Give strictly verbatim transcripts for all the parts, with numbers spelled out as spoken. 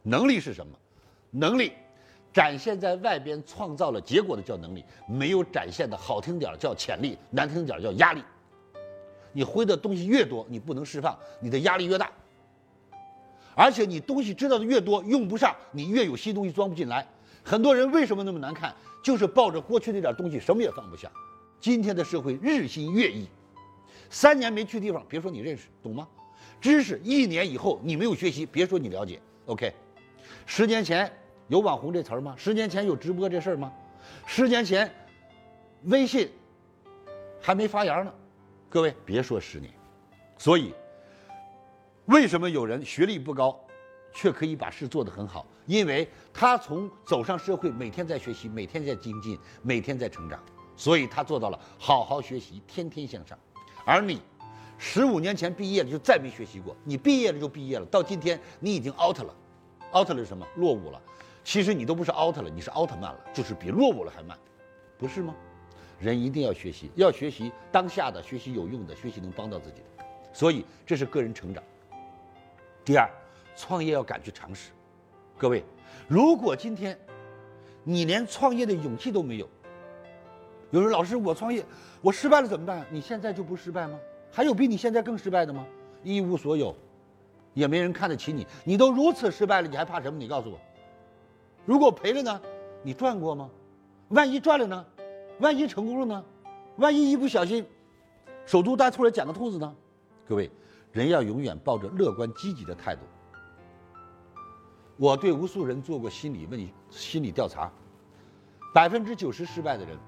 能力是什么？能力展现在外边创造了结果的叫能力，没有展现的好听点叫潜力，难听点叫压力。你会的东西越多，你不能释放，你的压力越大。而且你东西知道的越多，用不上，你越有新东西装不进来。很多人为什么那么难看，就是抱着过去那点东西什么也放不下。今天的社会日新月异，三年没去地方，别说你认识，懂吗？知识一年以后你没有学习，别说你了解。OK， 十年前有网红这词儿吗？十年前有直播这事儿吗？十年前微信还没发芽呢。各位别说十年，所以为什么有人学历不高，却可以把事做得很好？因为他从走上社会，每天在学习，每天在精进，每天在成长，所以他做到了好好学习，天天向上。而你十五年前毕业了就再没学习过，你毕业了就毕业了，到今天你已经 out 了 ，out 了是什么？落伍了。其实你都不是 out 了，你是奥特曼了，就是比落伍了还慢，不是吗？人一定要学习，要学习当下的，学习有用的，学习能帮到自己的，所以这是个人成长。第二，创业要敢去尝试。各位，如果今天你连创业的勇气都没有，有人老师我创业，我失败了怎么办？你现在就不失败吗？还有比你现在更失败的吗？一无所有，也没人看得起你，你都如此失败了，你还怕什么？你告诉我，如果赔了呢？你赚过吗？万一赚了呢？万一成功了呢？万一一不小心守株待兔来捡个兔子呢？各位，人要永远抱着乐观积极的态度。我对无数人做过心理问心理调查，百分之九十失败的人，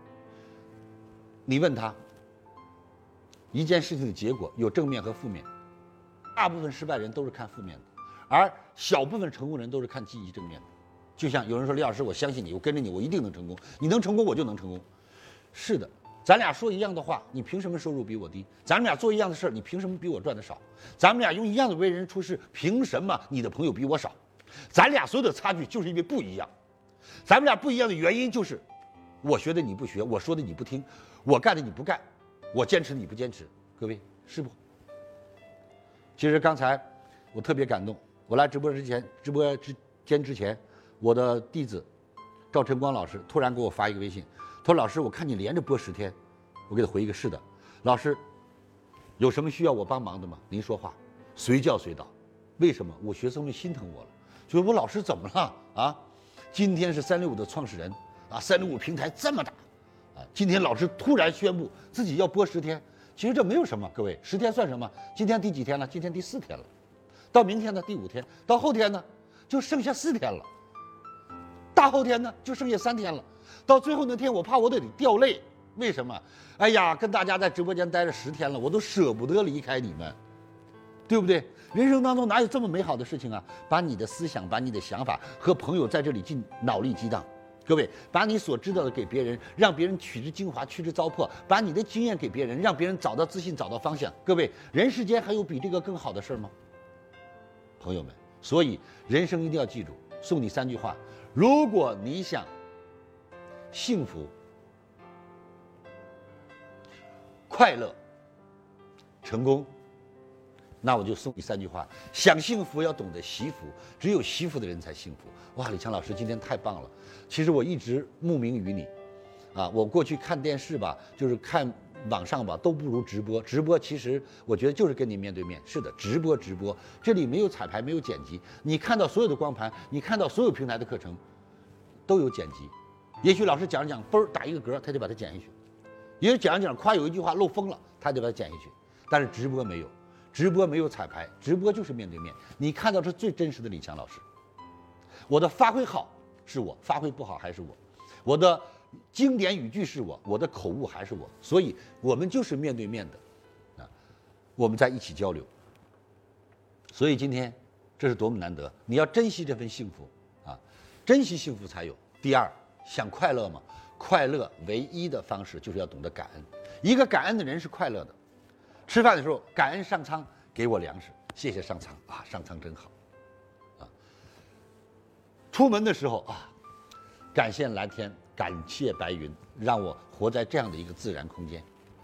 你问他一件事情的结果有正面和负面，大部分失败人都是看负面的，而小部分成功人都是看积极正面的。就像有人说李老师，我相信你，我跟着你，我一定能成功，你能成功我就能成功。是的，咱俩说一样的话，你凭什么收入比我低？咱们俩做一样的事儿，你凭什么比我赚的少？咱们俩用一样的为人处事，凭什么你的朋友比我少？咱俩所有的差距就是因为不一样。咱们俩不一样的原因就是，我学的你不学，我说的你不听，我干的你不干，我坚持你不坚持。各位是不？其实刚才我特别感动，我来直播之前，直播之间之前，我的弟子赵晨光老师突然给我发一个微信，他说：“老师，我看你连着播十天。”我给他回一个：“是的，老师，有什么需要我帮忙的吗？您说话，随叫随到。为什么？我学生们心疼我了，就是我老师怎么了啊？今天是三六五的创始人啊，三六五平台这么大啊，今天老师突然宣布自己要播十天，其实这没有什么，各位，十天算什么？今天第几天了？今天第四天了，到明天呢第五天，到后天呢就剩下四天了。”大后天呢，就剩下三天了。到最后那天，我怕我得掉泪。为什么？哎呀，跟大家在直播间待了十天了，我都舍不得离开你们，对不对？人生当中哪有这么美好的事情啊？把你的思想，把你的想法和朋友在这里进脑力激荡。各位，把你所知道的给别人，让别人取之精华，去之糟粕；把你的经验给别人，让别人找到自信，找到方向。各位，人世间还有比这个更好的事吗？朋友们，所以人生一定要记住，送你三句话。如果你想幸福、快乐、成功，那我就送你三句话：想幸福要懂得惜福，只有惜福的人才幸福。哇，李强老师今天太棒了！其实我一直慕名于你，啊，我过去看电视吧，就是看网上吧，都不如直播。直播其实我觉得就是跟你面对面。是的，直播直播，这里没有彩排，没有剪辑，你看到所有的光盘，你看到所有平台的课程，都有剪辑。也许老师讲着讲，嘣打一个嗝，他就把它剪下去；也许讲着讲，夸有一句话漏风了，他就把它剪下去。但是直播没有，直播没有彩排，直播就是面对面，你看到是最真实的李强老师。我的发挥好是我，发挥不好还是我，我的经典语句是我，我的口误还是我，所以我们就是面对面的，啊，我们在一起交流。所以今天这是多么难得，你要珍惜这份幸福啊，珍惜幸福才有。第二，想快乐吗？快乐唯一的方式就是要懂得感恩。一个感恩的人是快乐的。吃饭的时候感恩上苍给我粮食，谢谢上苍啊，上苍真好啊。出门的时候啊，感谢蓝天，感谢白云，让我活在这样的一个自然空间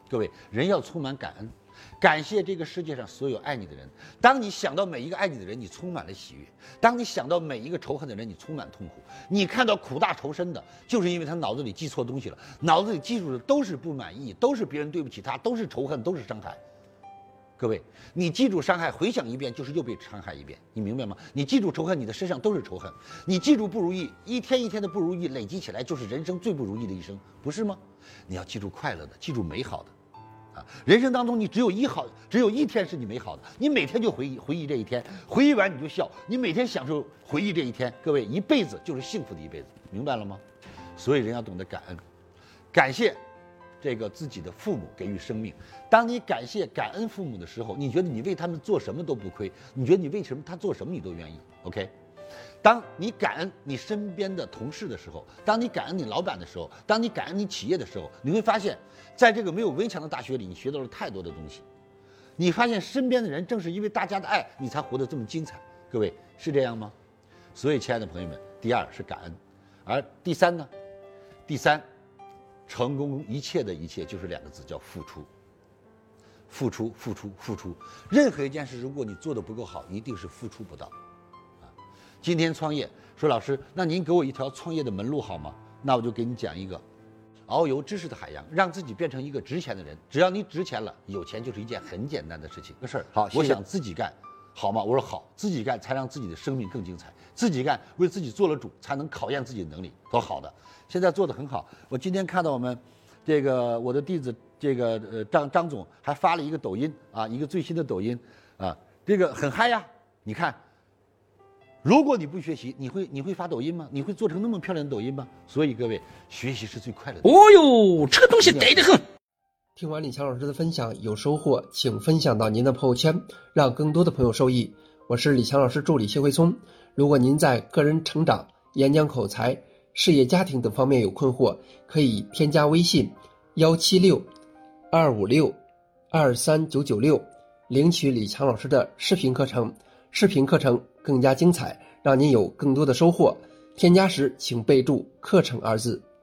各位，人要充满感恩，感谢这个世界上所有爱你的人。当你想到每一个爱你的人，你充满了喜悦；当你想到每一个仇恨的人，你充满痛苦。你看到苦大仇深的，就是因为他脑子里记错东西了，脑子里记住的都是不满意，都是别人对不起他，都是仇恨，都是伤害。各位，你记住伤害，回想一遍就是又被伤害一遍，你明白吗？你记住仇恨，你的身上都是仇恨；你记住不如意，一天一天的不如意累积起来，就是人生最不如意的一生，不是吗？你要记住快乐的，记住美好的，啊，人生当中你只有一好，只有一天是你美好的，你每天就回忆回忆这一天，回忆完你就笑，你每天享受回忆这一天，各位一辈子就是幸福的一辈子，明白了吗？所以人要懂得感恩，感谢这个自己的父母给予生命。当你感谢感恩父母的时候，你觉得你为他们做什么都不亏，你觉得你为什么他做什么你都愿意 OK。 当你感恩你身边的同事的时候，当你感恩你老板的时候，当你感恩你企业的时候，你会发现在这个没有围墙的大学里，你学到了太多的东西。你发现身边的人正是因为大家的爱，你才活得这么精彩。各位是这样吗？所以亲爱的朋友们，第二是感恩，而第三呢？第三，成功一切的一切就是两个字，叫付出。付出，付出，付出。任何一件事，如果你做得不够好，一定是付出不到。啊，今天创业，说老师，那您给我一条创业的门路好吗？那我就给你讲一个，遨游知识的海洋，让自己变成一个值钱的人。只要你值钱了，有钱就是一件很简单的事情。个事儿，好，我想自己干，好吗？我说好，自己干才让自己的生命更精彩，自己干为自己做了主，才能考验自己的能力。都好的，现在做得很好。我今天看到我们这个我的弟子这个呃张张总还发了一个抖音啊，一个最新的抖音啊，这个很嗨呀。你看，如果你不学习，你会你会发抖音吗？你会做成那么漂亮的抖音吗？所以各位，学习是最快乐的。 哦呦，这个东西得得很。听完李强老师的分享有收获，请分享到您的朋友圈，让更多的朋友受益。我是李强老师助理谢慧聪。如果您在个人成长、演讲口才、事业家庭等方面有困惑，可以添加微信幺七六二五六二三九九六，领取李强老师的视频课程。视频课程更加精彩，让您有更多的收获。添加时请备注课程二字。